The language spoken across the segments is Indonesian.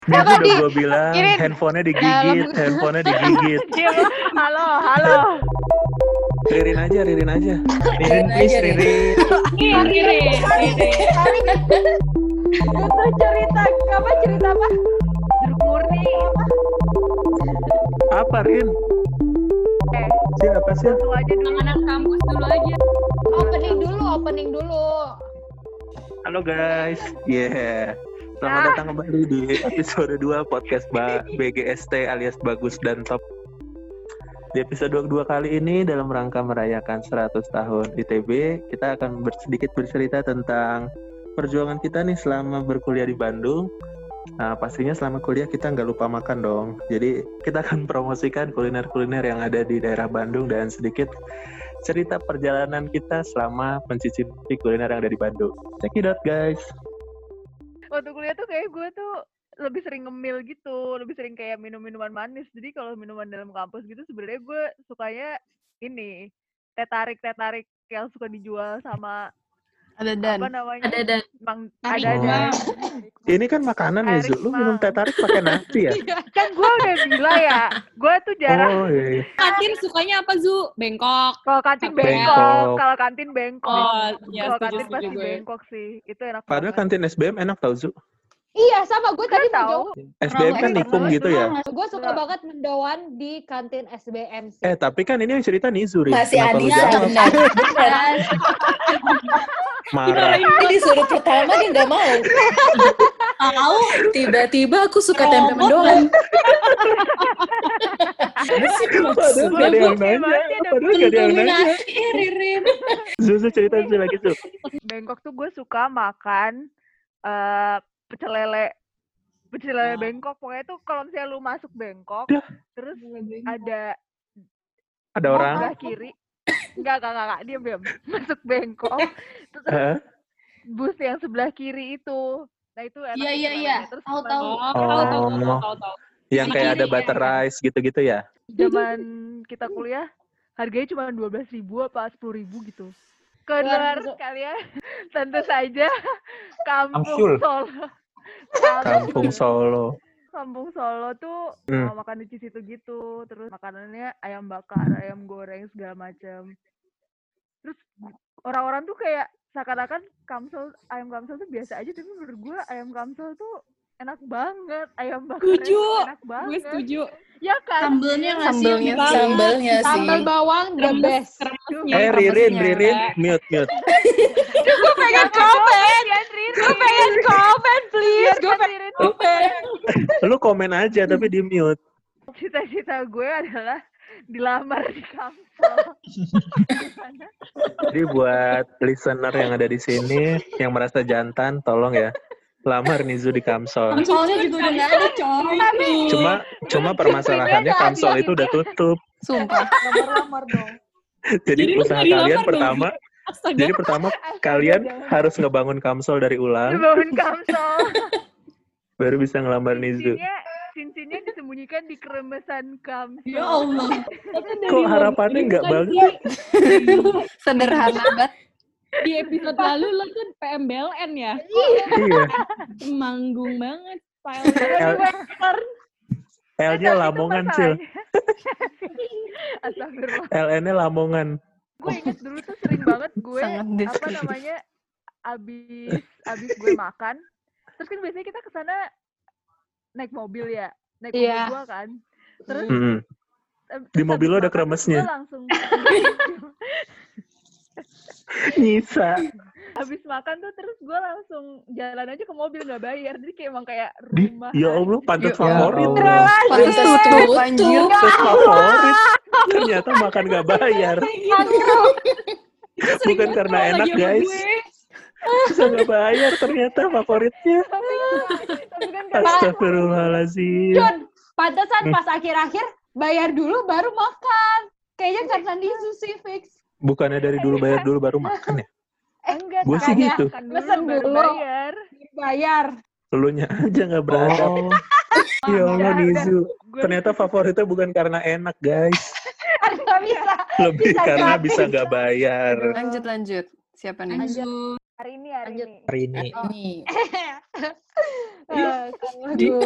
Nizu udah gue bilang Kirin. handphonenya digigit. Halo. Ririn aja. Ririn Please aja, Ririn. Kirin. Itu cerita apa? Jeruk murni. Apa Rin? Siapa sih? Langsung aja dulu. Anak kampus dulu aja. Opening dulu. Halo guys. Selamat datang kembali di episode 2 podcast BGST alias Bagus dan Top. Di episode 2 kali ini dalam rangka merayakan 100 tahun ITB, kita akan sedikit bercerita tentang perjuangan kita nih selama berkuliah di Bandung. Nah, pastinya selama kuliah kita nggak lupa makan dong. Jadi kita akan promosikan kuliner-kuliner yang ada di daerah Bandung dan sedikit cerita perjalanan kita selama mencicipi kuliner yang ada di Bandung. Check it out guys. Waktu kuliah tuh kayak gue tuh lebih sering ngemil gitu, lebih sering kayak minum-minuman manis. Jadi kalau minuman dalam kampus gitu sebenarnya gue sukanya ini teh tarik yang suka dijual sama Ada dan. Ada. Ini kan makanan ya Zul, lu minum teh tarik pakai nasi ya? Kan gue udah bilang ya, gue tuh jarang. Oh iya. Kantin sukanya apa Zu? Bengkok. Kalau kantin Bengkok. bengkok. Oh, ya, Kalau setuju, kantin setuju pasti gue. bengkok sih. Itu enak Padahal banget. kantin SBM enak tau Zu. Iya, sama gue tadi Tahu. mau SBM kan nikung gitu ya. gue suka banget mendoan di kantin SBM sih. Tapi kan ini yang cerita Nizu, Rin. Masih Kenapa lu Anissa jawab? benar. Marah. Ini disuruh pertama dia nggak mau. Tahu tiba-tiba aku suka tempe mendoan. Padahal gak ada yang nanya. Mendominasi Ririn. Zuzu cerita lagi Zu. Bengkok tuh gue suka makan pecel lele Bengkok. Pokoknya tuh kalau misalnya lu masuk Bengkok, terus ada orang sebelah kiri. Enggak, diam. Masuk Bengkok. Terus bus yang sebelah kiri itu. Nah, itu enak. Iya. Terus Tahu. tahu. Yang kayak ada butter rice gitu-gitu ya. Zaman kita kuliah harganya cuma 12.000 apa 10.000 gitu. Keluar sekalian tentu saja Amsul. Kampung Solo tuh makan di situ gitu. Terus makanannya ayam bakar, ayam goreng segala macam. Terus orang-orang tuh kayak seakan-akan ayam kamsel tuh biasa aja, tapi menurut gue ayam kamsel tuh enak banget. Ayam bakarnya tuh enak banget. Gue setuju. Ya kan? Sambelnya Sambelnya sih. Sambal bawang the best. Ririn, mute. Gue pengen komen, please. Gue pengen komen. Lu komen aja tapi di mute. Cita-cita gue adalah dilamar di Kamsel. Jadi buat listener yang ada di sini yang merasa jantan, tolong ya. Lamar Nizu di Kamsel. Soalnya juga udah nggak ada coy. Cuma permasalahannya Kamsel itu udah tutup. Sumpah. Lamar dong. Jadi lu usaha nggak kalian dilamar pertama. dong. Astaga. Jadi pertama kalian harus ngebangun Kamsel dari ulang, Dibangun Kamsel. baru bisa ngelamar Nizu. Cincinnya disembunyikan di keremesan Kamsel. Ya Allah. Kok harapannya nggak bagus? Sederhana banget. Di episode lalu lo kan PMBLN ya? Iya. Manggung banget. L-nya Lamongan, Sil. Astagfirullah. LN-nya Lamongan. Gue inget dulu tuh sering banget gue Sangat abis gue makan. Terus kan biasanya kita kesana naik mobil ya. Naik mobil Iya. gue kan. Terus Di mobil lo ada habis makan, kremesnya. gue langsung Nyisa. habis makan tuh terus gue langsung jalan aja ke mobil nggak bayar. Jadi kayak emang kayak Di, rumah. ya Allah, pantat Ya favorit. Pantes tutup. Pantat favorit. Ternyata makan nggak bayar. Bukan karena enak, guys. Bisa nggak bayar ternyata favoritnya. Tapi kan karena Astagfirullahaladzim. Jun, pantesan pas akhir-akhir bayar dulu baru makan. Kayaknya karena Nizu sih fix. Bukannya dari dulu bayar dulu baru makan ya? enggak. Gue sih makanya gitu. Makan Pesen baru dulu. bayar. Bayar. Elunya aja nggak beradab. Ya Allah, Nizu. Gue Ternyata favoritnya bukan karena enak, guys. Nggak bisa. Lebih Bisa karena gratis. bisa nggak bayar. Lanjut. Siapa nih? Lanjut. Hari ini. Ini. Kalau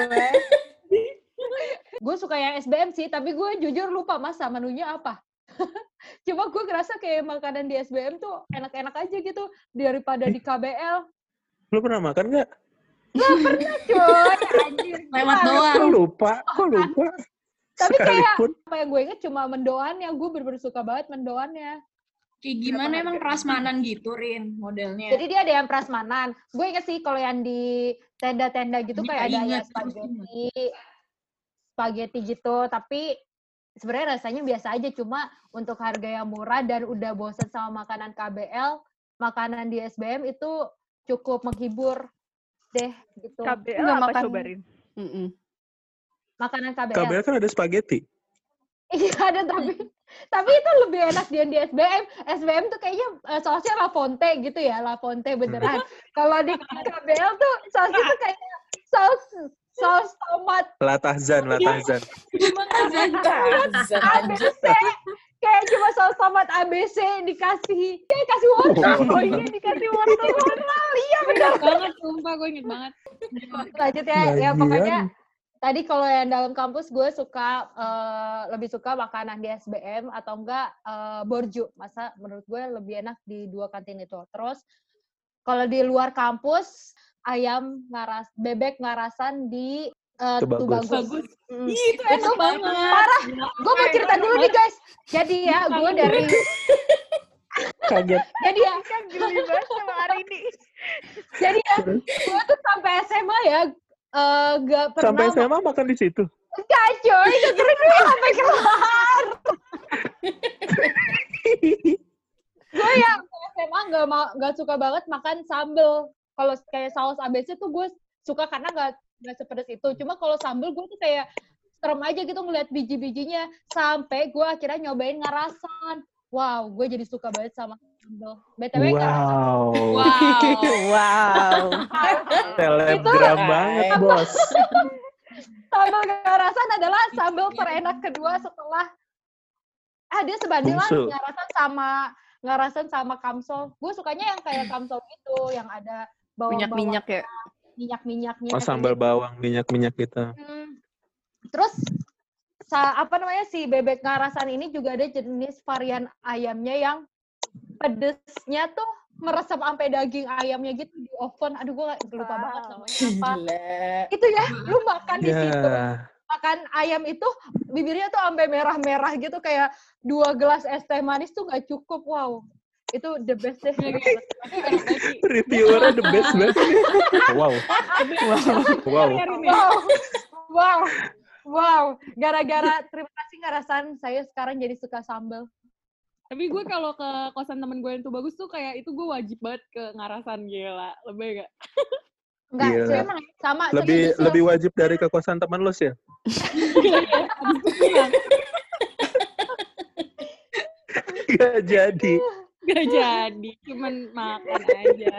gue suka yang SBM sih, tapi gue jujur lupa Mas menunya apa. Cuma gue ngerasa kayak makanan di SBM tuh enak-enak aja gitu daripada di KBL. Lu pernah makan nggak? Gak pernah coy, anjir. Lewat doang. Kok lupa? Tapi kayak Sekalipun. apa yang gue inget cuma mendoannya, gue bener-bener suka banget mendoannya. Kayak gimana emang prasmanan gitu, Rin, modelnya? Jadi dia ada yang prasmanan. Gue inget sih kalau yang di tenda-tenda gitu Ini kayak nggak ada inget, spaghetti gitu, tapi sebenarnya rasanya biasa aja, cuma untuk harga yang murah dan udah bosan sama makanan KBL, makanan di SBM itu cukup menghibur deh gitu. KBL Nggak apa makan. cobain? Makanan KBL. KBL kan ada spaghetti. Iya ada, tapi itu lebih enak di SBM. SBM tuh kayaknya sausnya La Fonte gitu ya, La Fonte beneran. Kalau di KBL tuh sausnya tuh kayak saus tomat Latahzan. ABC, kayak cuma saus tomat ABC dikasih wortel. Oh iya, dikasih wortel. Iya benar. Banget, sumpah gue inget banget. Lanjut ya, ya pokoknya tadi kalau yang dalam kampus gue suka lebih suka makanan di SBM atau enggak borju. Masa menurut gue lebih enak di dua kantin itu. Terus kalau di luar kampus bebek ngarasan di Tubagus. Itu enak banget. Parah. Gue mau cerita dulu nih guys. Jadi ya gue dari Kaget. jadi ya Kan geli banget sama hari ini. jadi ya gue tuh sampai SMA ya gak pernah Sampai SMA makan di situ. enggak coy, dengerin dulu sampai kelar. Gue ya SMA gak suka banget makan sambel. Kalau kayak saus ABC tuh gue suka karena gak sepedas itu. Cuma kalau sambel gue tuh kayak serem aja gitu ngeliat biji-bijinya. Sampai gue akhirnya nyobain ngarasan. Wow, gue jadi suka banget sama sambel. BTW ngarasan. Wow. Selebgram banget, Bos. Sambal ngarasan adalah sambal terenak kedua setelah dia sebanding lah Bungsu. ngarasan sama kamsol. Gue sukanya yang kayak kamsol gitu, yang ada bawang-bawang, Minyak-minyak ya. minyak-minyaknya. Oh, sambal bawang, minyak-minyak gitu. Terus si bebek ngarasan ini juga ada jenis varian ayamnya yang pedesnya tuh meresap sampai daging ayamnya gitu di oven. Aduh, gue lupa banget namanya apa. Gila. Itu ya, lu makan di situ. Ya. Makan ayam itu bibirnya tuh sampai merah-merah gitu, kayak 2 gelas es teh manis tuh gak cukup. Wow, itu the best deh. Reviewernya the best banget. Wow. Gara-gara terima kasih ngarasan, saya sekarang jadi suka sambal. Tapi gue kalau ke kosan temen gue yang tuh bagus tuh kayak itu gue wajib banget ke ngarasan, gila. Lebih gak? Enggak, Gila. sih emang sama. Lebih wajib dari ke kosan teman lu sih ya? Gak jadi. Gak jadi, cuman makan aja.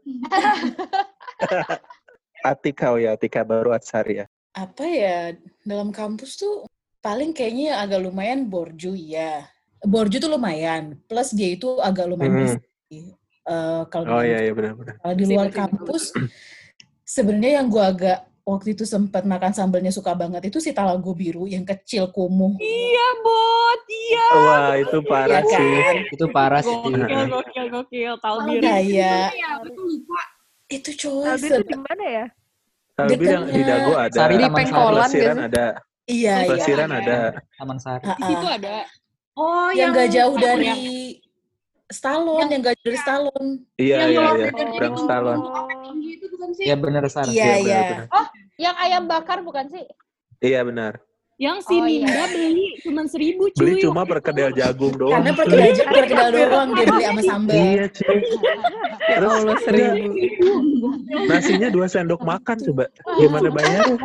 Atika baru Atsari ya. Apa ya, dalam kampus tuh paling kayaknya agak lumayan borju ya. Borju tuh lumayan, plus dia itu agak lumayan bersih. Kalau Iya benar-benar. Kalau di luar kampus, sebenarnya yang gue agak waktu itu sempat makan sambalnya suka banget itu si Talago Biru yang kecil kumuh. Iya, Bot. Iya. Wah, itu parah Iya sih. kan? Itu parah sih. Gokil. Tahu diri. Kayak Aku lupa. itu coy. Tapi itu di mana ya? Tapi yang di Dago ada. Sari Di Taman Pengkolan Sari. Plesiran kan? ada. Iya. Plesiran ada. Taman Sari. Di situ ada. Oh, yang gak jauh dari Stallone, yang gak jauh dari Stallone. Iya. Oh. Brang Stallone. Itu bukan sih? Ya bener Sar. Iya. benar. Yang ayam bakar bukan sih? Iya benar. Yang si Oh, Ninda iya. beli cuma 1.000 cuy. Beli cuma perkedel jagung doang. Karena perkedel doang dia beli sama sambal. Iya, cuy. Terus Allah, 1.000. nasinya 2 sendok makan coba. Gimana bayarnya?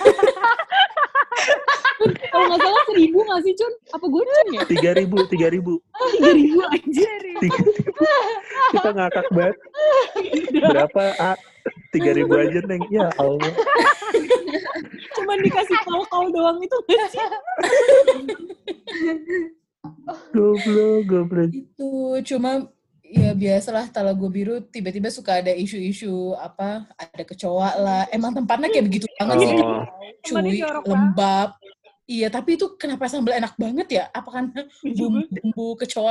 Kalau nggak salah 1.000 nggak sih, Cun? Apa goceng ya? 3.000. 3.000 aja. Kita ngakak banget. Berapa? 3.000 aja, Neng. Ya Allah. Cuman dikasih kol doang itu nggak sih? Goblok. Itu cuma Ya biasalah Talago Biru tiba-tiba suka ada isu-isu apa, ada kecoa lah. Emang tempatnya kayak begitu banget sih. Oh, Cuy, lembab. Iya, tapi itu kenapa sambal enak banget ya? Apa karena bumbu kecoa?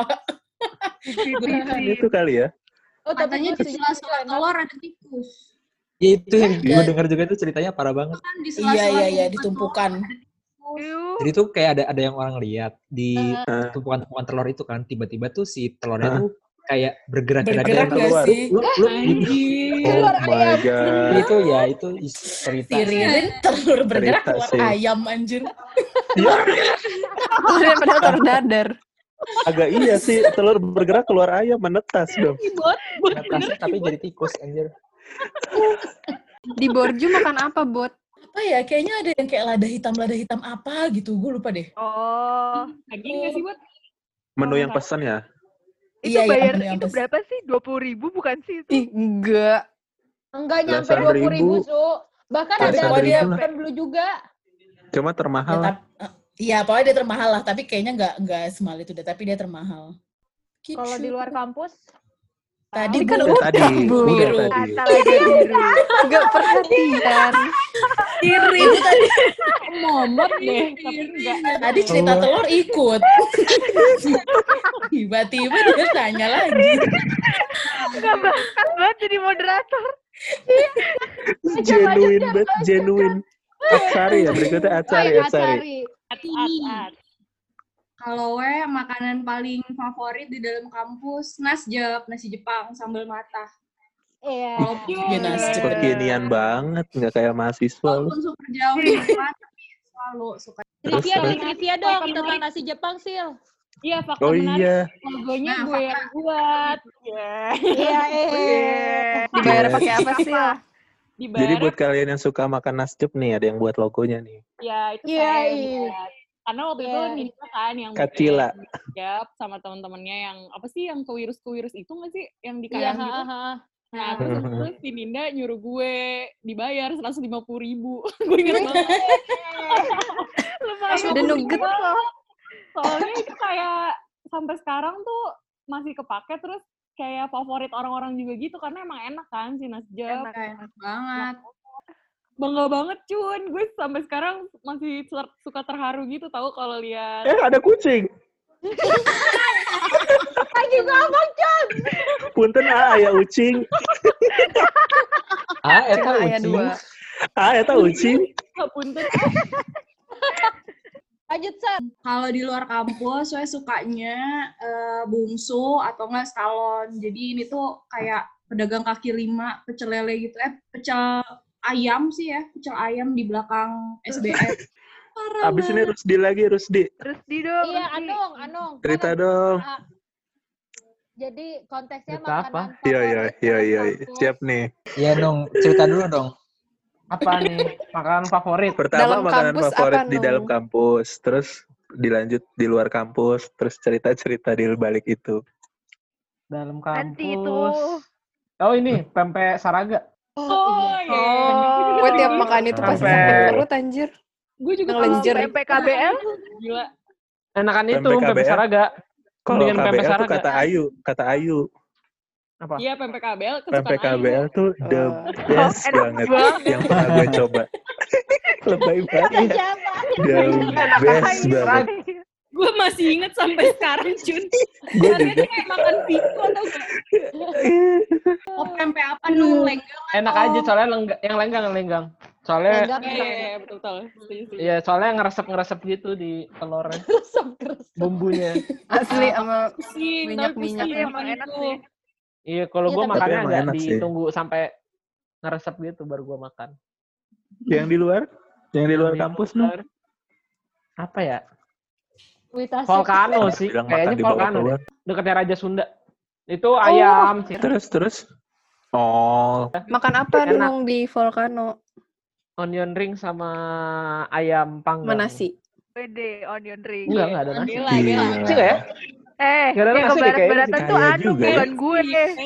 itu kali ya. Oh, tapi Katanya gue di setuju sela-sela telur ada tikus. Ya itu yang gue dengar juga itu ceritanya parah banget. Kan di sela-sela Iya, ditumpukan. Jadi tuh kayak ada yang orang lihat di tumpukan telur itu kan, tiba-tiba tuh si telurnya tuh kayak bergerak Bergerak nggak gak sih? lu Oh my god. itu ya itu cerita. Si Ririn telur bergerak Cerita keluar sih. ayam anjir. Daripada telur dadar. Agak iya sih, telur bergerak keluar ayam menetas dong. Atasnya tapi jadi tikus anjir. Di Borju makan apa, Bot? Apa ya? Kayaknya ada yang kayak lada hitam apa gitu. Gue lupa deh. Oh, Daging nggak sih, Bot? Menu yang pesan ya? itu Iya, bayar yang itu pes- berapa sih? 20.000 bukan sih itu? Ih, enggak. enggak nyampe Belasan 20.000, Su. Bahkan Belasan ada ribu yang lah. blue juga. Cuma Ya, termahal. Iya, pokoknya dia termahal lah. Tapi kayaknya nggak semahal itu deh. Tapi dia termahal. Gitu. Kalau di luar kampus, Tadi Ini kan gua udah Tadi, udah biru. tadi. Talaga Biru. Enggak perhatian. Kiri itu tadi. Momot deh, tapi enggak. Tadi cerita telur ikut. Tiba-tiba dia tanya lagi. Gak bakat banget jadi moderator. Genuine banget, genuine. Atsari ya, berikutnya Atsari. Kalau makanan paling favorit di dalam kampus nasjep, nasi Jepang sambal matah. iya. Iya, nasi Jepang. Kekinian banget, nggak kayak mahasiswa lu. Walaupun super jauh dari rumah, tapi selalu suka. Trivia dong tentang nasi Jepang, Sil. Iya, fakta Oh menarik. iya, Logonya Nah, gue yang buat. Iya, Dibayar pakai apa sih? Dibayar. jadi buat kalian yang suka makan nasjep nih, ada yang buat logonya nih. Ya, itu Iya, saya yang iya. buat. Karena waktu itu Iya. Nisa kan yang Kacila. Jap sama teman-temannya yang apa sih yang kewirus-kewirus itu nggak sih yang di Iya, kanan gitu. Nah, terus si Ninda nyuruh gue dibayar 150.000. Gue inget banget. Lumayan. Ada nugget. Soalnya itu kayak sampai sekarang tuh masih kepake terus kayak favorit orang-orang juga gitu karena emang enak kan si nasjep. Enak banget. Bangga banget Cun, gue sampai sekarang masih suka terharu gitu tahu kalau lihat. Ada kucing. Lagi ngomong, Cun. Punten ya ucing. Eta Ayah ucing. 2. Eta ucing. Punten. Lanjut, Sar. Kalau di luar kampus, saya sukanya bungsu atau enggak stalon. Jadi ini tuh kayak pedagang kaki lima, pecel lele gitu. Pecel ayam sih ya, pecel ayam di belakang SBM. Parah Abis ini banget. Rusdi lagi, Rusdi. Terus di dong. Iya, Rusdi. Anung. Cerita dong. Jadi konteksnya Cerita apa? makanan Iya. favorit dalam kampus. Siap nih. Iya dong, cerita dulu dong. Apa nih makanan favorit? Pertama Dalam makanan kampus favorit apa, di Nung? dalam kampus, terus dilanjut di luar kampus, terus cerita-cerita di balik itu. Dalam Nanti itu. kampus. Oh ini pempek Saraga. Oh iya. Gue tiap makan itu pasti Sampai- sakit perut anjir. Gue juga Yang lenjer. PKBL. Gila. Enakan itu Pempek pempek KBL. Saraga. Kalau Mendingan pempek KBL tuh Saraga. kata Ayu. Apa? Iya, pempek KBL Pempek kesukaan KBL tuh the Oh. best Enak banget banget. yang pernah gue coba. Lebay banget. Siapa? The best banget. Gue masih inget sampai sekarang, Cun. Gue Karena juga. dia kayak makan piko atau gak? Oh, pempek apa dong? Lenggang Enak aja soalnya yang lenggang. Soalnya Lenggang. Iya, betul. Setuju. iya soalnya ngeresep gitu di telurnya Resep. bumbunya. Asli sama Sih, minyak-minyak. Tapi emang enak sih. Iya kalau Iya, gue tapi makannya emang agak enak sih. ditunggu sampai ngeresep gitu baru gue makan. Yang di luar? Yang di luar kampus nih. Apa ya? Kuitas. Volcano sih, Bilang kayaknya makan di bawah Volcano keluar. deh. Dekatnya Raja Sunda. Itu ayam sih. Terus. Oh, makan apa Enak. Nung di Volcano? Onion ring sama ayam panggang. Sama nasi. Pede onion ring. Enggak ada nasi. Gila. gila. Nasi nggak ya? Yang Nggak ada nasi deh kayaknya kebarat-baratan sih. tuh Kaya Anung, juga ya. bukan gue.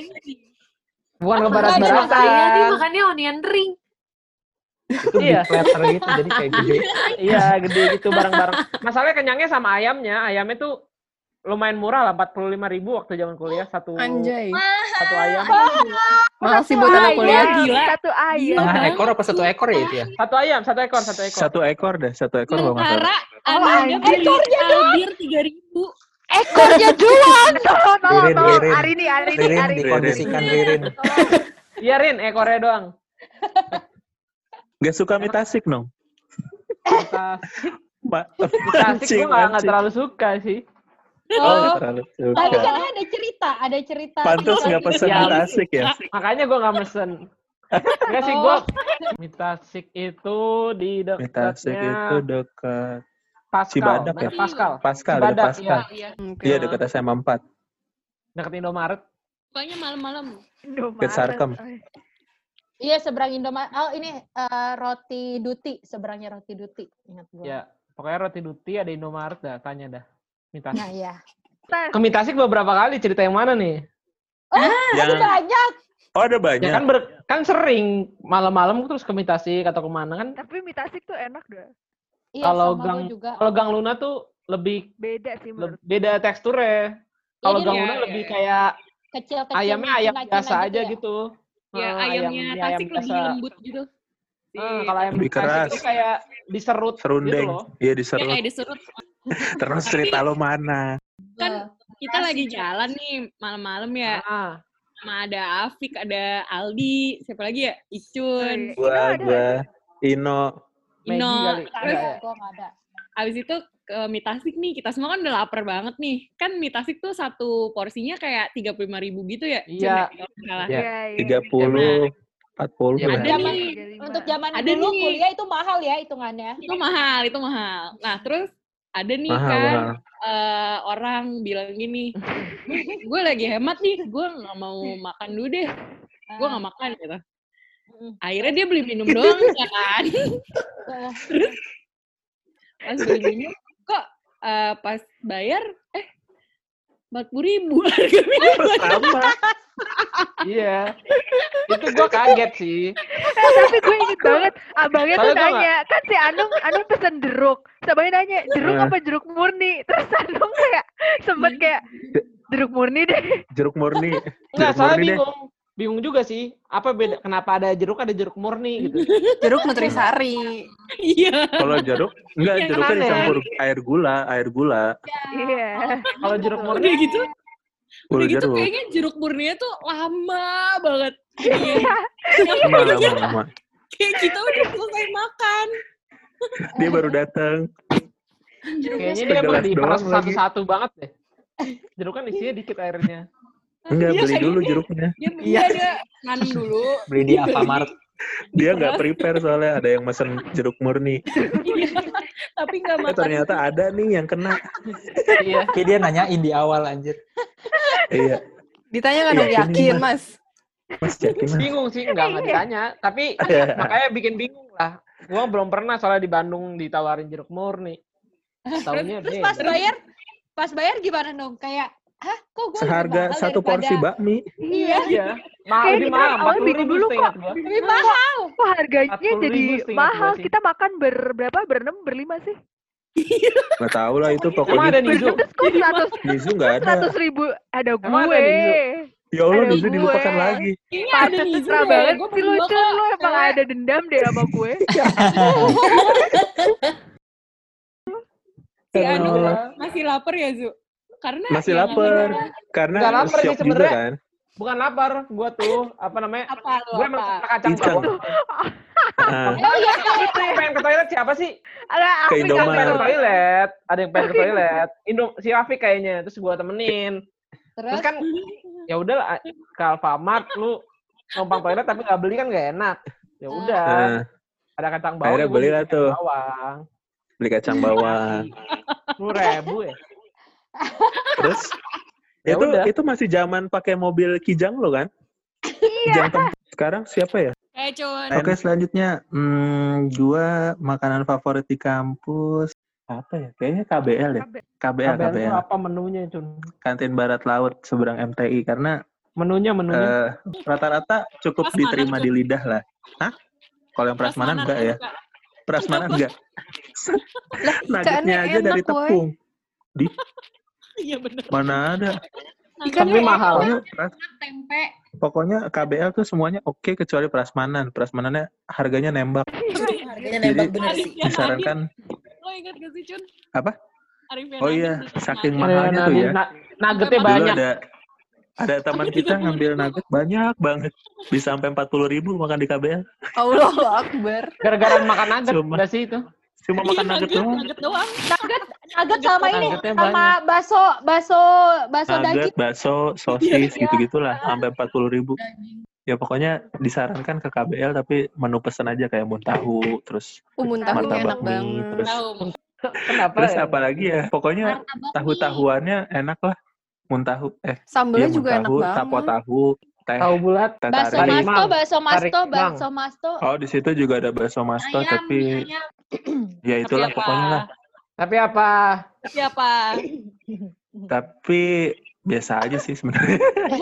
Bukan Apa ngebarat-baratan. Makanya dia makannya onion ring. Itu Iya. di platter gitu, jadi kayak gede. Iya, gede gitu bareng-bareng. Masalahnya kenyangnya sama ayamnya. Ayamnya tuh lumayan murah lah, 45.000 waktu zaman kuliah satu Anjay. satu ayam. Mahal sih buat anak kuliah. Gila. Satu ayam. Setengah ekor apa 1 ekor ya itu ya? Satu ayam, satu ekor. Satu ekor deh, satu ekor kalau nggak salah. Sementara Anda beli albir 3.000. Ekornya doang. Tolong. Ririn. Ari. Dikondisikan Ririn. Iya Rin, ekornya doang. Gak suka mie tasik dong? Tasik gue nggak terlalu suka sih. Nggak terlalu suka. Tapi kan ada cerita. Pantes nggak pesen mie tasik ya? Makanya gue nggak mesen. Enggak sih gue. Mie tasik itu di Mie tasik itu dekatnya dekat Pascal. Cibadak ya? Pascal. Cibadak, Pascal. Iya dekat SMA 4. Dekat Indomaret. Pokoknya malam-malam. Dekat Sarkem. Iya, seberang Indomaret. Oh, ini Roti Duti, seberangnya Roti Duti. Ingat gue. Ya, pokoknya Roti Duti ada Indomaret dah, tanya dah. Mie tasik. Nah, iya. Ke Mie tasik beberapa kali, cerita yang mana nih? Oh, ada banyak. Oh, ada banyak. Ya kan sering malam-malam terus ke Mie tasik atau kemana kan? Tapi mie tasik tuh enak gak? Iya, Kalau sama gue juga. Kalau Gang Luna tuh lebih Beda sih menurut. beda teksturnya. Kalau Gang Luna lebih kayak Kecil-kecil. ayamnya ayam biasa aja ya? gitu. Ya, ayamnya tasik lebih lembut gitu. Kalau ayam Lebih tasik keras. itu kayak diserut Serundeng. gitu loh. Iya Ya, diserut. kayak diserut. Terus cerita lo mana? Kan kita lagi jalan nih malam-malam ya. Ah, Sama ada Afik, ada Aldi, siapa lagi ya? Icun, Gua, Ino. Maggie Ino. kali. Terus Gue nggak ada. abis itu ke mie tasik nih, kita semua kan udah lapar banget nih. Kan mie tasik tuh satu porsinya kayak 35.000 gitu ya? Cun, Iya. kalau nggak salah. Iya. 30, 40 Ya, lah. Ada nih, Untuk zaman Ada dulu nih. kuliah itu mahal ya hitungannya. itu mahal. Nah, terus ada nih Mahal. orang bilang gini, gue lagi hemat nih, gue nggak mau makan dulu deh. Gue nggak makan gitu. Akhirnya dia beli minum doang ya kan. Terus pas beli minum, kok pas bayar 40.000 harga minum. Sama. Iya. Itu gue kaget sih. Tapi gue inget banget, abangnya tuh Soalnya gua nanya, kan si Anung pesen jeruk. Terus abangnya nanya, jeruk apa jeruk murni? Terus Anung kayak sempet kayak, jeruk murni deh. Jeruk murni. Enggak, Jeruk soalnya murni deh. bingung juga sih. Apa beda? Kenapa ada jeruk murni gitu? Jeruk Nutrisari. Iya. Kalau jeruk, enggak Yang jeruknya aneh. dicampur air gula. Iya. Kalau jeruk murni Udah gitu, Gula gitu jeruk. kayaknya jeruk murninya tuh lama banget. Iya. Lama. Kayak kita udah selesai makan. Dia baru datang. kayaknya dia Segelas emang diperas doang lagi. satu-satu banget deh. Jeruk kan isinya dikit airnya. Enggak, Iya, beli kayak dulu gitu. jeruknya. Dia nanam dulu. Beli di Alfamart. Dia nggak prepare soalnya ada yang mesen jeruk murni. Iya. Tapi nggak makan. Ternyata ada nih yang kena. Iya. Kayak dia nanyain di awal anjir. Iya. Ditanya nggak dong, Yakin nih, yakin Mas? Mas yakin Mas? Bingung sih, nggak ditanya. Tapi makanya bikin bingung lah. Gua belum pernah soalnya di Bandung ditawarin jeruk murni. Tahunya Terus beda. pas bayar gimana dong? Kayak, hah kok gue Seharga satu porsi bakmi. Iya. Iya. Mahal, lebih mahal. Awalnya bingung 40.000 dulu seingat kok. gua. Lebih mahal. Wah harganya 40.000 jadi seingat mahal. gua sih. Kita makan berapa? Berenam, berlima sih? Nggak tahu lah itu Emang pokoknya. ada Nizu? Berenam terus kok Nizu nggak ada. 100.000 ada Emang ada gue. Nizu? Ya Allah, Ada Nizu gue. dilupakan lagi. Kayaknya ada Patut nih. mesra banget sih lu Cun. Lu emang ada dendam deh sama gue. Si Anu Allah. masih lapar ya, Zu? Karena Masih yang lapar. namanya- Karena Nggak lapar shock sih juga sebenarnya. kan. Bukan lapar, gua tuh apa namanya? Apa lu Gue emang apa? suka kacang Pisang. bawang. Ah, Itu yang pengen ke toilet siapa sih? Ada Ke Afrik Ada yang pengen ke Indomaret. toilet, ada yang pengen ke toilet. Si Afik kayaknya, terus gua temenin. Terus Terus kan ya udah ke Alfamart lu numpang toilet tapi nggak beli kan nggak enak. Ya udah, nah, ada kacang bawang. akhirnya ya gua belilah beli tuh. kacang bawang. beli kacang bawang. 10.000 ya. Terus Ya udah. itu masih zaman pakai mobil Kijang lo kan? Kijang tempur. Sekarang siapa ya? Cun. Oke, selanjutnya gua makanan favorit di kampus apa ya? Kayaknya KBL ya. KBL itu KBL. apa menunya, Cun? Kantin Barat Laut seberang MTI karena Menunya. rata-rata cukup Prasmanan, diterima Cun. di lidah lah. Hah? Kalau yang prasmanan enggak ya? Prasmanan enggak. Nuggetnya ikannya aja dari enak, woy. tepung. Iya benar. Mana ada. Tapi mahal. Tempe. Pokoknya KBL tuh semuanya oke kecuali prasmanan. Prasmanannya harganya nembak. Harganya nembak bener sih. Disarankan. Lo ingat gak sih, Cun? Apa? Arifin Oh iya, Nadine saking di- mahalnya tuh ya. Nuggetnya Dulu banyak. ada teman kita ngambil nugget banyak banget. Bisa sampai 40.000 makan di KBL. Allahu Akbar. Gara-gara makan nugget, Cuma- enggak sih itu? Cuma Iya, makan nugget doang. nugget doang. Nugget sama ini, Nuggetnya sama banyak. bakso Nugget, daging. bakso, sosis, gitu-gitulah. Sampai 40.000. Ya pokoknya disarankan ke KBL tapi menu pesen aja kayak muntahu, terus Muntahunya martabak enak mie, banget. terus Kenapa terus ya? apalagi ya? Pokoknya tahu-tahuannya enak lah. Muntahu, Sambelnya iya, juga enak muntahu, banget. tapo tahu, teh, Tahu bulat. teh Bakso tarik. masto, bakso Tarik masto, mang. bakso masto. Oh, di situ juga ada bakso masto, Ayam, tapi ayam. ya itulah Tapi pokoknya lah. Tapi apa? Siapa? Tapi biasa aja sih sebenarnya.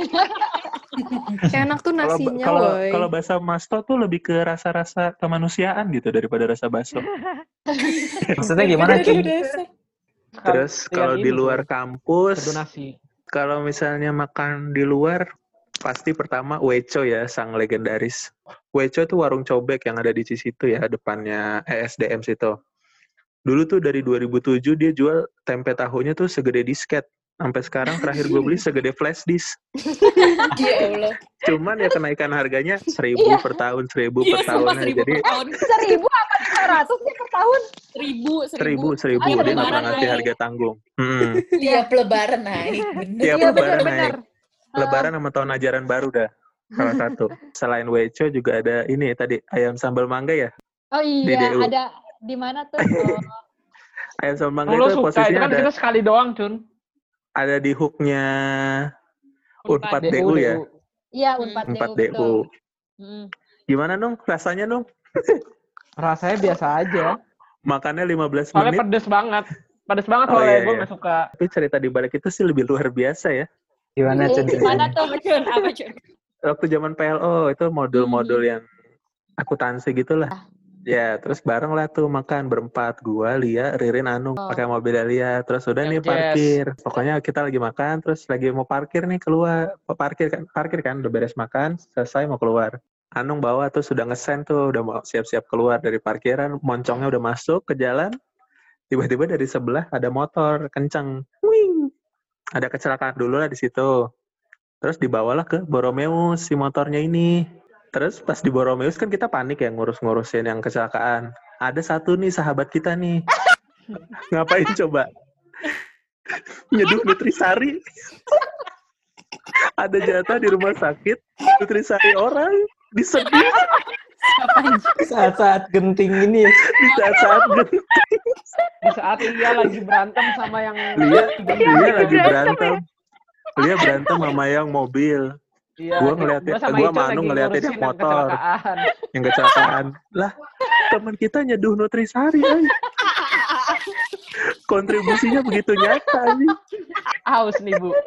Enak tuh Kalau nasinya, kalau woy. kalau bakso masto tuh lebih ke rasa-rasa kemanusiaan gitu daripada rasa bakso. Maksudnya gimana, Cun? Terus kalau di luar kampus, Donasi. kalau misalnya makan di luar, pasti pertama Weco ya, sang legendaris. Weco tuh warung cobek yang ada di Cisitu ya, depannya ESDM situ. Dulu tuh dari 2007 dia jual tempe tahunya tuh segede disket. Sampai sekarang terakhir gue beli segede flash disk. Ya Allah. Cuman ya kenaikan harganya 1.000 per tahun, 1.000 Iya, per tahun. sumpah 1.000 Jadi per tahun. 1.000 apa 500 sih per tahun? 1.000 1.000. dia nggak pernah Lebaran ngasih naik. harga tanggung. Tiap lebaran naik. Bener. Tiap Iya, lebaran bener-bener. naik. Lebaran sama tahun ajaran baru dah. Salah satu. Selain Weco juga ada ini tadi ayam sambal mangga ya. Oh Di iya, DU. ada di mana tuh? Oh. Ayam sambal mangga Lu itu suka, itu posisinya kan ada kita sekali doang, Cun. ada di hooknya Unpad DU, DU ya. Iya, Unpad Unpad DU. betul. DU. Gimana dong rasanya dong? Rasanya biasa aja. Makannya 15 Soalnya menit. pedes banget. Pedes banget Oh, soalnya, iya, gue iya. nggak suka. Tapi cerita di balik itu sih lebih luar biasa ya. Gimana, Cun? Gimana tuh? Apa, Cun? Waktu zaman PLO itu modul-modul yang akuntansi gitulah. Ya, terus bareng lah tuh makan berempat. Gua, Lia, Ririn, Anung. Pakai mobil Lia. Terus udah nih Yes. parkir. Pokoknya kita lagi makan, terus lagi mau parkir nih keluar. Parkir kan, udah beres makan, selesai mau keluar. Anung bawa tuh sudah ngesen tuh, udah mau siap-siap keluar dari parkiran. Moncongnya udah masuk ke jalan. Tiba-tiba dari sebelah ada motor kenceng. Wing. Ada kecelakaan dulu lah di situ. Terus dibawalah ke Boromeus si motornya ini. Terus pas di Boromeus kan kita panik ya ngurus-ngurusin yang kecelakaan. Ada satu nih sahabat kita nih. Ngapain coba? Nyeduh Nutrisari. Ada jatah di rumah sakit, Nutrisari orang disedih Saat-saat genting ini ya. di saat-saat genting. Di saat Lia lagi berantem sama yang... Lia lagi berantem. Lia berantem sama yang mobil. Iya, Gua ngeliatin, sama gua Icun sama Anu lagi ngeliatin ngurusin yang motor. kecelakaan. Yang kecelakaan. Lah, teman kita nyeduh Nutrisari. Ay. Kontribusinya begitu nyata nih. Haus nih, Bu.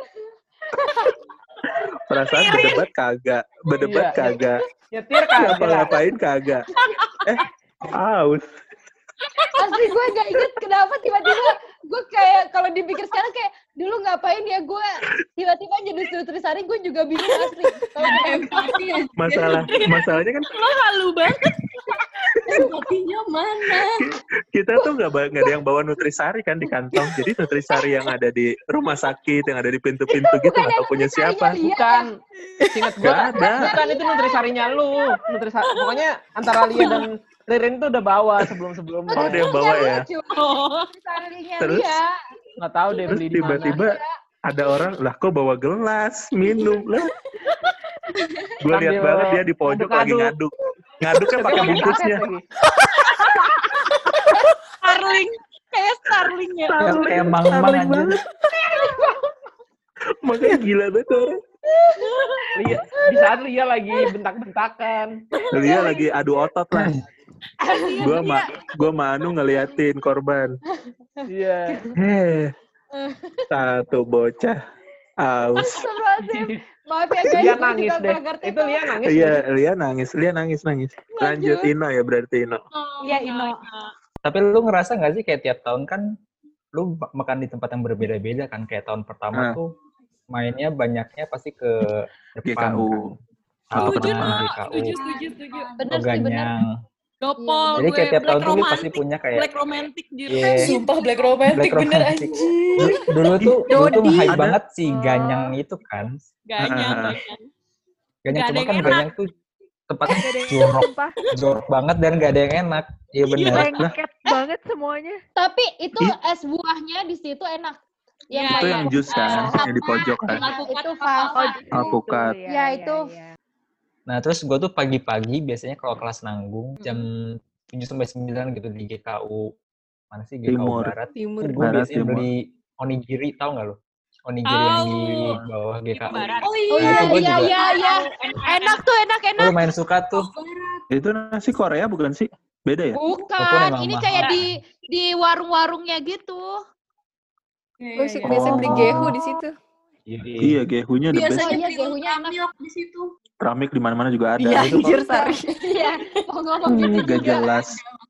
Perasaan berdebat kagak. Berdebat Iya, kagak. Nyetir kagak. Ngapa-ngapain kagak. Aus. Asli gue gak inget kenapa tiba-tiba gue kayak kalau dipikir sekarang kayak dulu ngapain ya gue tiba-tiba jadi Nutrisari gue juga bingung asli. Empati ya. Masalahnya kan Lo halu banget. Empatinya mana? kita tuh nggak ada yang bawa Nutrisari kan di kantong. Jadi Nutrisari yang ada di rumah sakit, yang ada di pintu-pintu gitu nggak tahu punya siapa. Bukan. Ingat gue. Nggak ada. Bukan, itu Nutrisarinya lu. Pokoknya antara Lia dan Ririn tuh udah bawa sebelum-sebelumnya. Oh, ada yang bawa ya. Nutrisarinya Terus? dia. Nggak tahu deh Terus beli di mana. tiba-tiba ada orang, lah kok bawa gelas minum lah. Gue lihat Sambil banget dia di pojok lagi aduk-aduk. ngaduk. Ngaduknya pakai bungkusnya. Starling. Kayak Starling ya. Kayak mang-mang aja. Makanya gila banget orang. Lia, di saat Lia lagi bentak-bentakan. Dia lagi adu otot lah. Gua sama Anu ngeliatin korban. Iya. Satu bocah aus. Astagfirullahaladzim. Maaf ya guys. Lia gue nangis juga deh. gak ngerti Itu tuh. Lia nangis. Iya, Lia nangis. Lanjut Ino ya berarti Ino. Iya Ino. Tapi lu ngerasa nggak sih kayak tiap tahun kan lu makan di tempat yang berbeda-beda kan. Kayak tahun pertama tuh mainnya banyaknya pasti ke depan GKU. kan. Oh, Atau ke depan depan. GKU. Setuju. Bener Atau sih, bener. Ganyang. Gopol, Jadi gue kayak tiap Black tahun tuh lu pasti Romantic. punya kayak Black Romantic jujur. Iya. Sumpah Black Romantic Black bener Romantic. anjir. Dulu tuh Dodi. hype Ada. banget si Ganyang itu kan. Ganyang. Ganyang Nggak cuma ada yang kan enak. Ganyang tuh tempatnya Gak ada yang jorok, sumpah. jorok banget dan gak ada yang enak. Iya benar. Lengket banget semuanya. Tapi itu es buahnya di situ enak. Iya, Itu yang jus kan, yang di pojok kan. Itu Alpukat. Ya, itu. Nah terus gue tuh pagi-pagi biasanya kalau kelas nanggung jam 7-9 gitu di GKU. Mana sih GKU Timur. Barat? Timur. Gue Barat, biasanya timur. beli onigiri, tau gak lo? Onigiri yang di bawah GKU. Barat. Oh Nah, iya, itu gua iya, juga- iya, iya. Enak tuh, enak. Gue lumayan suka tuh. Itu nasi Korea bukan sih? Beda ya? Walaupun Bukan, emang ini mahal. kayak di warung-warungnya gitu. Gue biasanya beli gehu di situ. Iya, gehunya the best. Biasanya iya, beli gehunya enak. milk di situ. Keramik di mana-mana juga ada. Iya, Itu anjir Sari. Iya, mau ngomong gitu gak juga. jelas.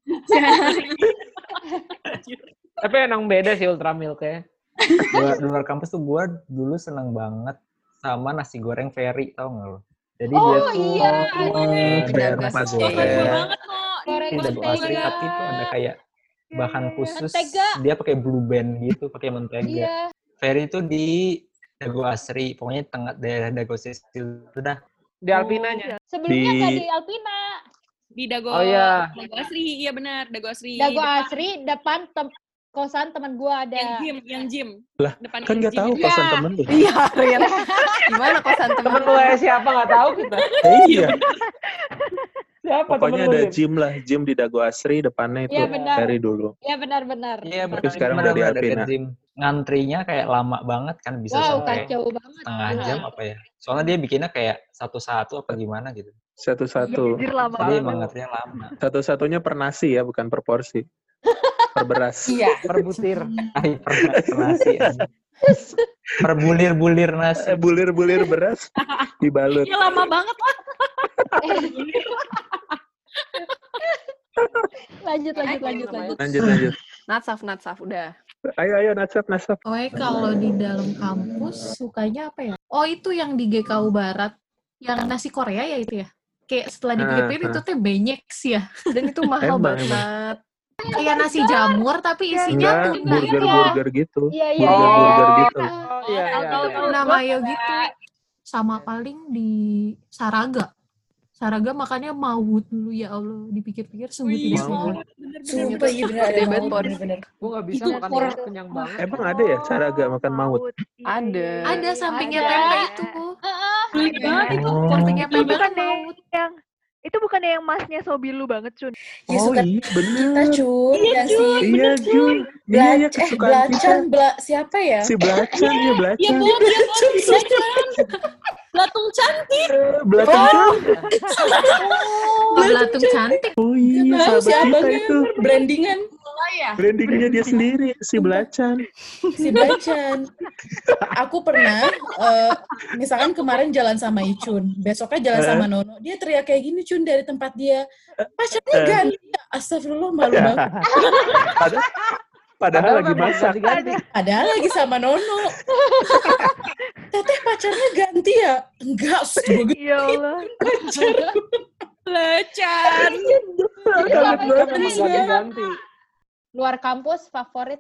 Tapi emang beda sih Ultramilk ya. Di luar kampus tuh gue dulu seneng banget sama nasi goreng Ferry, tau gak lo? Jadi Oh, dia tuh iya. Fair Dago nasi Asri. goreng. Banget kok. Goreng ini Dago Asri mentega. tapi itu ada kayak bahan khusus Mentega. dia pakai blue band gitu, pakai mentega. Iya. Ferry itu di Dago Asri, pokoknya tengah daerah Dago Sisil itu dah. Di Alpinanya. Sebelumnya Di- nggak di Alpina. Di Dago. Oh iya. Dago Asri, iya benar. Dago Asri. Dago Depan- Asri depan kosan teman gua ada. Yang gym. Lah, Depan kan yang nggak gym tahu itu. kosan Iya. temen lu. Iya, Rian. Gimana kosan temen Temen lu ya siapa nggak tahu kita. Iya. Siapa Pokoknya temen lu? ada Dim? gym lah, gym di Dago Asri depannya itu Iya, benar. Ferry dulu. Iya benar-benar. Iya, Tapi sekarang udah di Alpina. Ngantrinya kayak lama banget kan, bisa Wow, sampai kacau banget. setengah jam apa ya. Soalnya dia bikinnya kayak satu-satu apa gimana gitu. Satu-satu. Anjir lama Jadi banget. emang ngantrinya lama. Satu-satunya per nasi ya, bukan per porsi. Per beras. Iya. Per butir. Per nasi. Per bulir-bulir nasi. Bulir-bulir beras dibalut. Iya lama banget lah. Lanjut. Lanjut. Natsaf, udah. Ayo, Natsaf. Oke, kalau di dalam kampus sukanya apa ya? Oh, itu yang di GKU Barat. Yang nasi Korea ya itu ya? Kayak setelah dipikir-pikir itu teh benyek sih ya. Dan itu mahal Emang. banget. Kayak nasi jamur tapi isinya Enggak, tuna itu ya. burger gitu. Iya. Burger gitu. Oh iya. Tuna mayo gitu. Sama paling di Saraga. Saraga makannya maut dulu, ya Allah. Dipikir-pikir sungguh tidak sehat. Sumpah iya bener ada Hebat, maut, Por. bener-bener. Gue nggak bisa Itu makan por- kenyang banget. Emang ada ya Saraga makan maut? Ada. Ada sampingnya Ada. tempe itu. Sulit banget itu. Sampingnya Itu tempe bukan kan maut. yang itu bukannya yang masnya Sobilu banget, Cun. Ya Oh suka iya, bener. kita Cun. Yang si Iya, Jun. Iya, ya kesukaan kita. Belacan, siapa ya? Si Belacan, ya Iya, Belacan. Bu, dia Belatung cantik. Belacan. Belatung cantik. Oh iya, Nggak tahu sahabat si kita abangnya itu. brandingan Brandingnya dia sendiri, si Belacan. si Belacan. Aku pernah misalkan kemarin jalan sama Icun, besoknya jalan sama Nono, dia teriak kayak gini Cun dari tempat dia. Pacarnya ganti. Astagfirullah, malu banget. Padahal lagi memang masak. ganti-ganti. Padahal lagi sama Nono. Teteh pacarnya ganti ya? Enggak, sebagai Ya Allah. pacar. Belacan. Kaget banget. Memang ganti-ganti. Luar kampus favorit.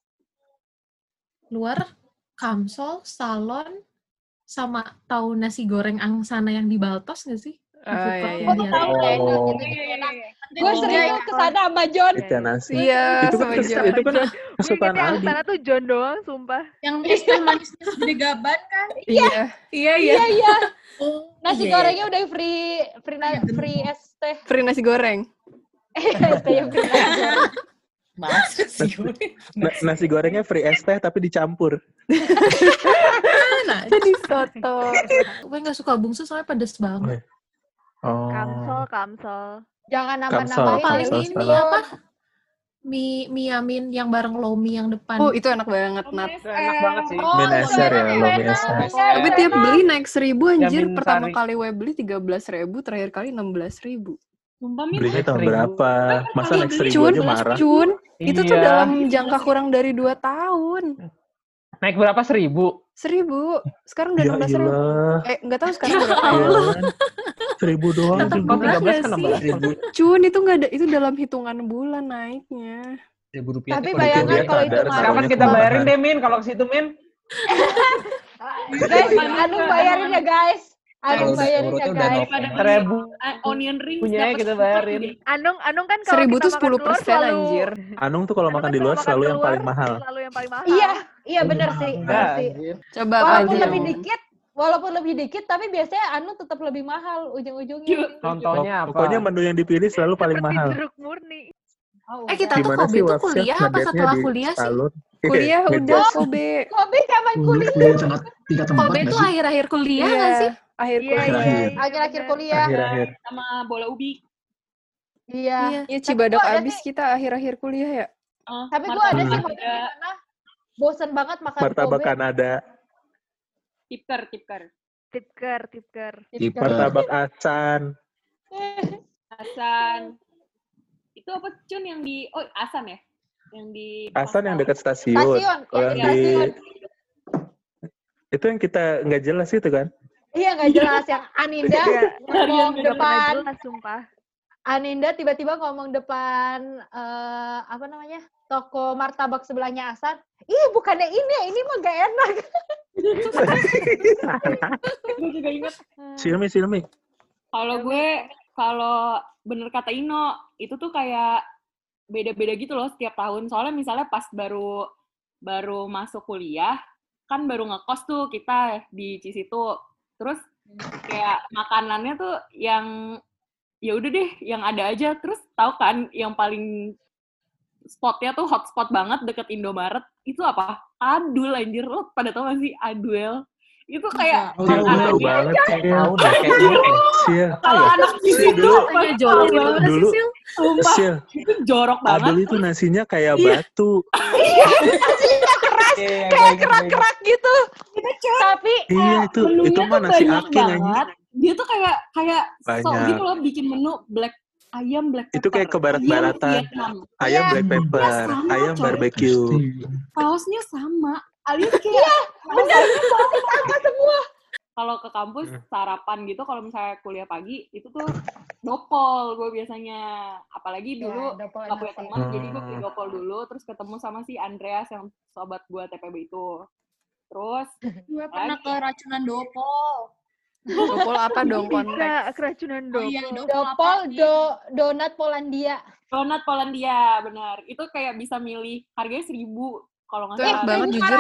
Luar Kamsol, Salon, sama tahu nasi goreng angsana yang di Baltos nggak sih? Di Oh, food iya, court iya. yang di atas. Oh, Gue sering tuh kesana sama John. ikan nasi. Iya, Itu kan sama John. kesukaan Yang Aldi. sana tuh John doang, sumpah. Yang es teh manisnya segede gaban kan? Iya. Iya, Iya. Oh, Nasi iya. gorengnya udah free es teh. Free nasi goreng. Es teh yang free nasi goreng. Masa sih gue? Nasi gorengnya free es teh tapi dicampur. Nah, Jadi soto. Gue nggak suka bungsu soalnya pedes banget. Oh. Kamsol. Jangan Kamsol, nambah-nambahin. Paling Kamsol, ini salah. apa? Mie Yamin yang bareng Lomi yang depan. Oh, itu enak banget, Nat. Itu enak banget sih. Min eser ya, Lomi eser. Tapi tiap beli naik 1.000 anjir. Yamin Pertama sari. kali gue beli 13.000, terakhir kali 16.000. Sumpah, Min. Belinya tahun berapa? Masa naik 1.000 aja marah? Cun, itu tuh Iya. dalam jangka kurang dari 2 tahun. Naik berapa? 1.000? 1.000. Sekarang udah Ya 16.000. iyalah. Nggak tahu sekarang berapa. Iya kan? 1.000 doang Tetep juga. Kok berat 13 kan gak nambah? sih? 1.000 Cun, itu nggak ada, itu dalam hitungan bulan naiknya. rupiah. Tapi tuh bayangan dia kalau itu sadar marah. Kapan naruhnya kita tambahan. bayarin deh, Min? Kalau ke situ, Min? Guys, Anung bayarin ya guys. Kalau Anung udah bayarin euro ya tuh udah guys. Daripada beli 1.000 onion rings punya dapat kita super bayarin. gede. Anung kan kalau 1.000 kita tuh makan keluar 10% selalu anjir. Anung tuh kalau makan di luar selalu yang paling mahal. Selalu yang paling mahal. Iya bener sih. Bener Enggak, sih. anjir. Coba apa Walaupun aja? lebih dikit, tapi biasanya Anu tetap lebih mahal ujung-ujungnya. Contohnya apa? Pokoknya menu yang dipilih selalu paling Seperti mahal. jeruk murni. Kita tuh Gimana Kobe sih tuh Wapsias kuliah apa ngedate-nya setelah di kuliah sih? salon? Kuliah Ngejat. udah Kobe. Kobe kapan kuliah? Kuliah tingkat 4 Kobe nggak tuh sih? akhir-akhir kuliah nggak Iya, sih? akhir Iya, kuliah. iya, iya. Akhir-akhir bener. kuliah. Akhir-akhir. Sama bola ubi. Iya. Iya, Tapi Cibadak gua ada abis sih- kita akhir-akhir kuliah ya. Tapi gue ada sih martabak momen ada. dimana bosen banget makan Martabak Kobe. Kanada, Tipker. Tipker. martabak Asan. Asan. Itu apa Cun yang di Asan ya? Yang di Asan yang dekat stasiun. Stasiun, Kalau yang yang di di stasiun. itu yang kita nggak jelas itu kan? Iya nggak jelas yang Aninda ngomong Gak pernah depan. jelas, sumpah. Aninda tiba-tiba ngomong depan apa namanya toko martabak sebelahnya Asan. Ih bukannya ini mah gak enak. Gue juga inget. Silmi. Kalau bener kata Ino, itu tuh kayak beda-beda gitu loh setiap tahun. Soalnya misalnya pas baru masuk kuliah, kan baru ngekos tuh kita di Cisitu. Terus kayak makanannya tuh yang ya udah deh, yang ada aja. Terus tahu kan yang paling spotnya tuh hotspot banget deket Indomaret, itu apa? Adul anjir, lo pada tau gak sih Aduel? Itu kayak Sil, gue tahu banget Sil. Tahu deh kayak Sil. kalau anak di situ Dulu- kayak jorok jorok banget sih, Dulu Sil. Sumpah, Sil, itu jorok banget. Adul itu nasinya kayak batu. Kayak kerak-kerak gitu. Tapi Iya itu menunya mah tuh nasi banyak aking anjing. banget. Dia tuh kayak sok Banyak. gitu loh bikin menu ayam black pepper. Itu kayak kebarat-baratan. Ayam Vietnam. Ayam Iya. black pepper, sama, ayam coy. barbecue. Sausnya sama. Alias kayak bener sama semua. kalau ke kampus sarapan gitu, kalau misalnya kuliah pagi itu tuh dopol gue biasanya. Apalagi dulu Ya, dopol gak punya enak sih. teman, jadi gue beli dopol dulu, terus ketemu sama si Andreas yang sobat gue TPB itu. Terus Gue pernah keracunan dopol. Dopol apa dong Bisa konteks? keracunan Oh iya, dopol. Dopol donat Polandia. donat Polandia, benar. Itu kayak bisa milih harganya 1.000 kalau nggak Itu enak salah. banget jujur.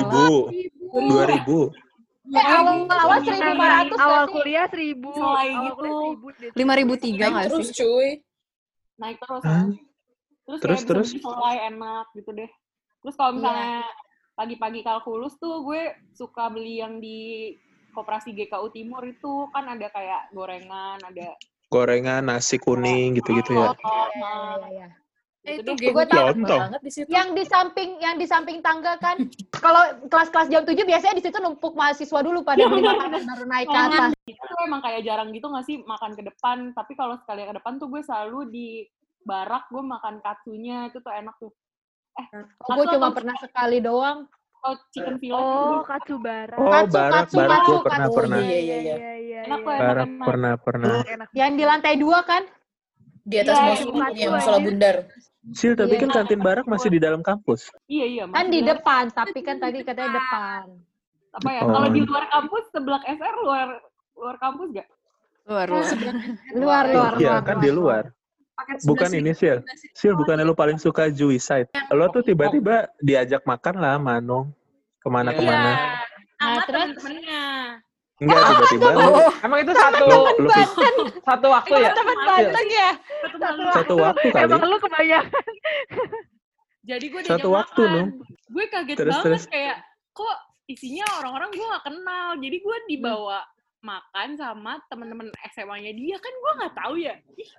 2.000. Awal 1.500 Awal nggak sih? kuliah 1.000. Selai Awal gitu. kuliah 1.000 deh. 5.003 nggak Terus sih? cuy. Naik terus Hah? kan. Terus, Terus terus? kayak bisa beli selai enak gitu deh. Terus kalau misalnya pagi-pagi kalkulus tuh gue suka beli yang di Koperasi GKU Timur itu kan ada kayak gorengan, ada Gorengan, nasi kuning gitu-gitu ya. Iya. gitu Itu deh. Gue tahu Lontong. banget di situ. yang di samping tangga kan. Kalau kelas-kelas jam 7 biasanya di situ numpuk mahasiswa dulu pada beli makanan baru naik ke atas. Itu emang kayak jarang gitu nggak sih makan ke depan. Tapi kalau sekali ke depan tuh gue selalu di barak gue makan katsunya, itu tuh enak tuh. Gue cuma pernah sekali doang. Kalau chicken fillet Oh, katsu barak. Oh, barak gue pernah. Iya. enak kok, Barak enak. pernah. Enak. Yang di lantai 2 kan? Di atas Iya, musola iya, musola iya. bundar. Sil, tapi Iya. kan kantin barak masih di dalam kampus. Iya. Kan di maksudnya depan, tapi kan tadi katanya depan. apa ya? Oh. Kalau di luar kampus sebelah SR luar kampus gak? Luar. Luar. Iya, kan di luar. Paket Bukan 11.000. ini, Sil. Sil, bukannya lu paling suka Juicide. Lo tuh tiba-tiba diajak makan lah, Manong. Kemana-kemana. Sama terus? temen-temennya. Enggak, tiba-tiba lu Emang itu satu lu satu waktu ya? Teman Banten ya? satu waktu kali. Emang lu kebanyakan. Jadi gue Satu diajak waktu, makan. Nung. Gue kaget Terus, banget terus. kayak kok isinya orang-orang gue gak kenal. Jadi gue dibawa makan sama teman-teman SMA-nya dia, kan gue nggak tahu ya.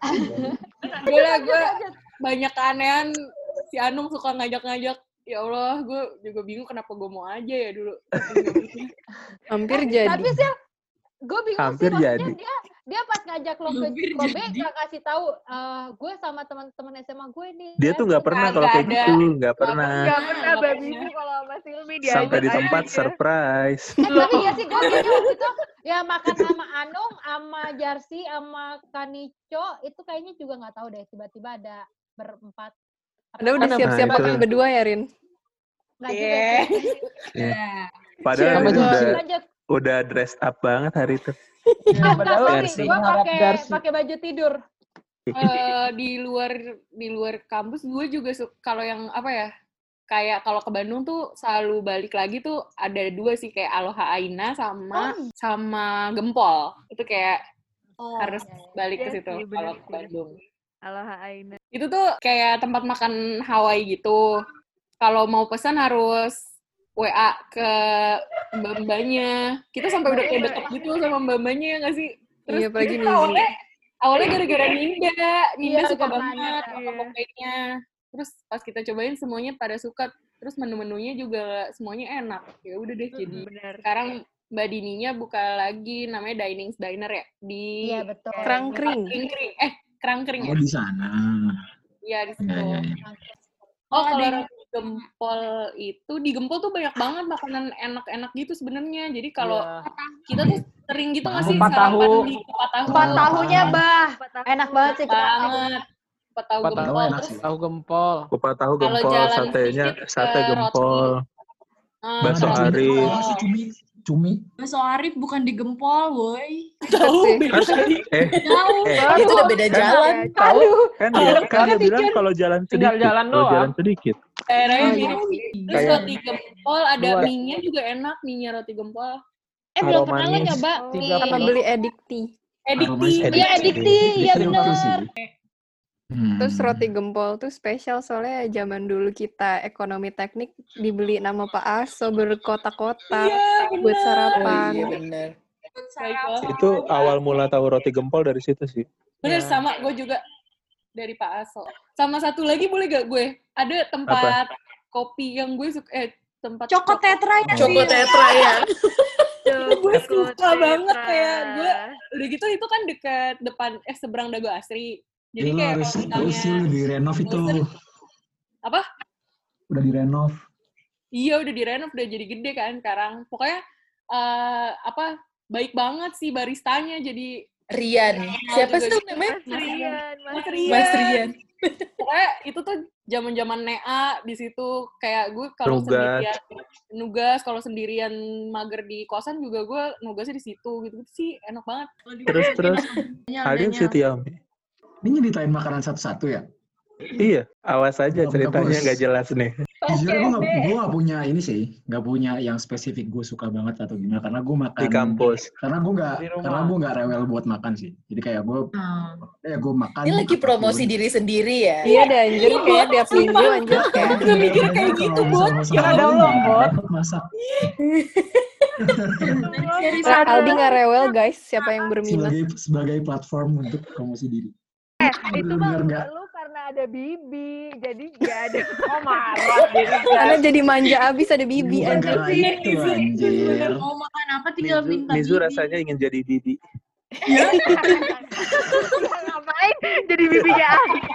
Gue banyak keanehan, si Anung suka ngajak-ngajak. Ya Allah, gue juga bingung kenapa gue mau aja ya dulu. Hampir jadi. Tapi sih gue bingung Hampir sih, maksudnya jadi. dia pas ngajak lo ke BK kasih tahu gue sama teman-teman SMA gue nih. Dia tuh nggak pernah kalau kayak gitu, nggak pernah. Nggak pernah babi itu kalau sama Silmi dia Sampai di tempat surprise. Tapi ya sih gue kayaknya waktu itu ya makan sama Anung, sama Jarsi, sama Kanico itu kayaknya juga nggak tahu deh tiba-tiba ada berempat. Ada udah siap-siap Nah, itu. makan berdua ya, Rin? Nggak juga sih. Padahal Lanjut. udah dressed up banget hari itu. Gue pakai baju tidur. Di luar kampus gue juga kalau yang apa ya, kayak kalau ke Bandung tuh selalu balik lagi tuh ada dua sih, kayak Aloha Aina sama Gempol. Itu kayak harus balik ke situ kalau ke Bandung. Aloha Aina. Itu tuh kayak tempat makan Hawaii gitu. Kalau mau pesan harus WA ke mbak-mbaknya. Kita sampai udah kayak deket gitu sama mbak-mbaknya ya nggak sih? Terus iya, apalagi kita awalnya gara-gara Ninda suka banget sama pokoknya. Terus pas kita cobain semuanya pada suka. Terus menu-menunya juga semuanya enak. Ya udah deh, jadi sekarang Mbak Dininya buka lagi namanya Dining's Diner ya di Krangkring. Krangkring ya. Oh, di sana. Iya, di situ. Kalau Gempol itu di Gempol tuh banyak banget makanan enak-enak gitu sebenarnya. Jadi kalau kita tuh sering gitu nggak sih sarapan di kupat tahu. Kupat tahunya enak banget sih. Kupat tahu Gempol. Tahu Gempol. Kupat tahu Gempol, satenya sate Gempol. Bakso Arif. Cumi. Bakso Arif bukan di Gempol, woi. Itu udah beda jalan. Kan dia bilang kalau jalan sedikit. Kalau jalan sedikit. Terus roti Gempol ada mie-nya juga enak, mie-nya roti Gempol. Belum pernah lo nyoba Apa beli Edikti? Iya, Edikti, iya benar. Terus roti Gempol tuh spesial soalnya zaman dulu kita ekonomi teknik dibeli nama Pak Aso berkotak-kotak buat sarapan. Iya benar. Itu awal mula tahu roti Gempol dari situ sih. Bener, sama gue juga dari Pak Aso. Sama satu lagi boleh gak gue? Ada tempat kopi yang gue suka, tempat Coko Tetra ya. Coko Tetra ya. Gue suka banget kayak gue. Udah gitu itu kan dekat depan seberang Dago Asri. Jadi kayak kalau misalnya udah direnov itu. Apa? Udah direnov. Iya, udah direnov, udah jadi gede kan sekarang. Pokoknya baik banget sih baristanya, jadi Rian. Siapa sih namanya? Mas Rian. Pokoknya itu tuh zaman-zaman Nea di situ, kayak gue kalau sendirian nugas, kalau sendirian mager di kosan juga gue nugasnya di situ gitu sih, enak banget. Terus Halim sih Tiami. Ini nyeritain makanan satu-satu ya? Iya, awas aja ceritanya nggak jelas nih. Jujur gue nggak punya ini sih, nggak punya yang spesifik gue suka banget atau gimana, karena gue makan di kampus. Karena gue nggak rewel buat makan sih. Jadi kayak gue makan. Ini lagi promosi diri sendiri ya? Iya deh, anjir kayak tiap minggu anjir kayak. Gue mikir kayak gitu, Bot. Kira download, Bot. Masak. Aldi nggak rewel guys, siapa yang berminat? Sebagai platform untuk promosi diri. Itu mah lu karena ada Bibi, jadi nggak ada. Oh marah. Karena jadi manja abis ada Bibi anjir. Mau makan apa tinggal minta Bibi. Nizu rasanya ingin jadi Bibi. Ngapain jadi Bibinya?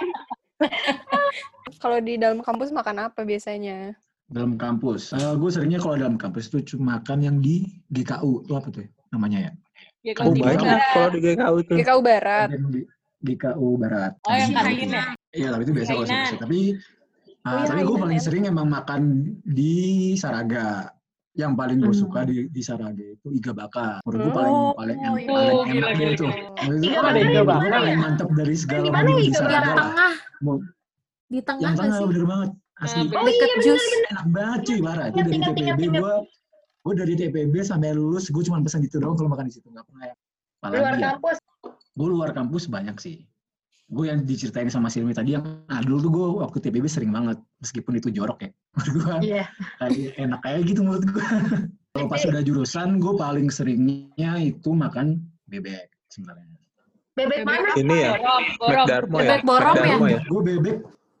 Kalau di dalam kampus makan apa biasanya? Dalam kampus, gue seringnya kalau dalam kampus itu cuma makan yang di GKU, itu apa tuh namanya ya? Banyak kalau di GKU tuh. GKU Barat. GKU Barat. Oh, yang kantin ya? Iya, tapi itu biasa kalau saya. Tapi gue paling sering emang makan di Saraga. Yang paling gue suka di Saraga itu iga bakar. Menurut gue paling enak itu. Paling mantap dari segala menu di Saraga. Di tengah. Yang tengah bener banget. Asli. Deket jus. Enak banget cuy, parah. Itu dari TPB gue dari TPB sampai lulus gue cuma pesan gitu doang kalau makan di situ, nggak pernah ya. Luar kampus. Gue luar kampus banyak sih. Gue yang diceritain sama Silmi tadi yang dulu tuh gue waktu TPB sering banget, meskipun itu jorok ya. Menurut gue kayak enak kayak gitu menurut gue. Kalau pas udah jurusan, gue paling seringnya itu makan bebek sebenarnya. Bebek mana? Ini ya, McDarmo ya. Bebek borong ya. Gue bebek,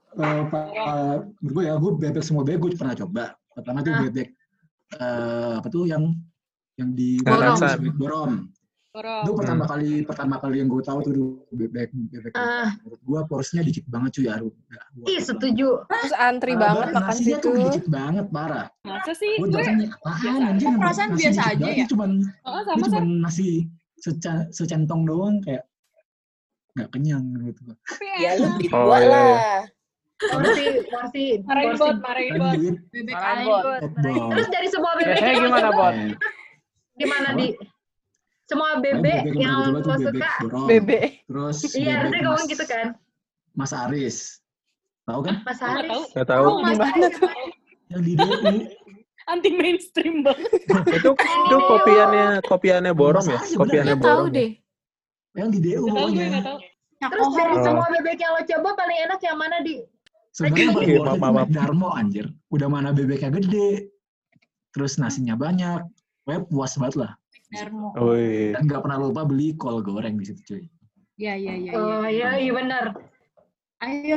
gue bebek semua bebek gue pernah coba. Pertama tuh bebek apa tuh yang di Borom. Itu pertama kali yang gue tahu tuh bebek. Menurut gue porsinya dikit banget cuy, Aru. Ih, setuju. Terus antri banget makan nasinya situ. tuh dikit banget, parah. Masa sih? Gue datangnya, anjir, perasaan nasi biasa dikit aja banget, ya? Cuman nasi secentong doang, kayak nggak kenyang menurut gue. Ya lu beli dua lah. Porsi. Marahin bot. Bebek Marahin, ayam. Bot. Terus dari semua bebek Biasanya yang gimana, lo Bot? gimana di semua Bebek bebek yang yang kedua lo tuh bebek suka? borong. Bebek. Terus Iya, harusnya bebek ngomong gitu kan. Mas Aris. Tahu kan? Mas Haris. Nggak tahu. Gimana tuh? Yang di DU. Anti mainstream banget. Itu kopiannya borong ya? Kopiannya Nggak tahu borong. deh. Yang di DU pokoknya. Nggak tahu. Terus dari semua bebek yang lo coba paling enak yang mana di? Sebenarnya paling Oke, worth it maaf. Darmo anjir. Udah mana bebeknya gede. Terus nasinya banyak. Pokoknya puas banget lah. Darmo. Wih. Dan nggak pernah lupa beli kol goreng di situ cuy. Iya. Oh iya benar. Ayo.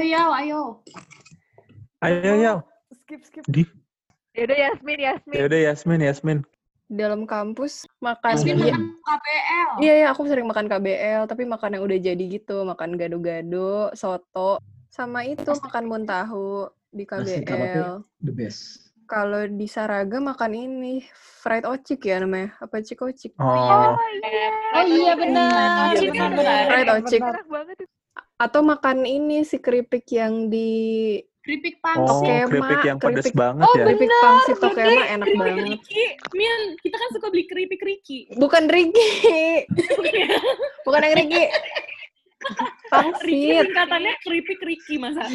Ayo. Skip. Di. Yaudah Yasmin. Yaudah Yasmin. Dalam kampus makan. Yasmin makan KPL. Iya, aku sering makan KBL, tapi makan yang udah jadi gitu, makan gado-gado, soto, sama itu makan muntahu di Nasi KPL KBL. the best. Kalau di Saraga makan ini fried ocik ya namanya, apa ocik? Oh. Oh iya benar. Iya, benar. Fried ocik. Enak banget itu. Atau makan ini si keripik yang di Keripik Oh, pangsit. keripik yang pedes banget Oh, ya. keripik pangsit Tokema enak banget. Riki, Mian, kita kan suka beli keripik Riki. Bukan Riki. Bukan yang Riki. Riki Pangsit. singkatannya keripik Riki, masa?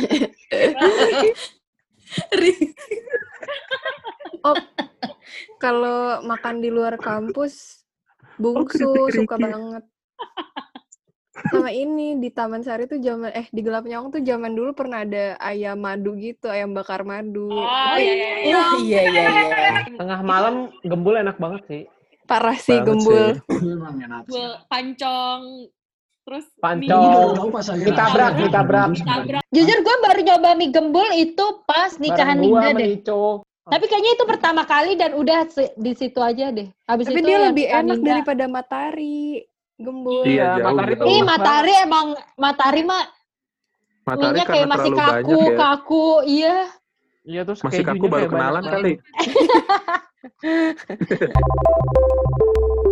Oh, kalau makan di luar kampus, bungsu keripik suka Riki. banget. Sama ini di Taman Sari tuh di Gelap Nyawang tuh zaman dulu pernah ada ayam madu gitu, ayam bakar madu. Oh iya. Iya. Tengah malam gembul enak banget sih. Parah sih Banget gembul. sih. Emang enak sih. Gua pancong, terus Pancong. Tahu pas lagi Ditabrak. ditabrak. Jujur gue baru nyoba mie gembul itu pas nikahan Bareng gua Ninda sama deh. Nico. Tapi kayaknya itu pertama kali dan udah di situ aja deh. Habis Tapi itu dia yang lebih nikahan enak Ninda. daripada Matahari. Gembul. Iya, jauh. Matahari tuh Ih, enak Matahari emang Matahari mah Matahari minyak kayak karena masih terlalu banyak kaku, ya. kaku, iya. Iya terus Masih kaku kejunya baru kayak banyak kenalan banget. kali.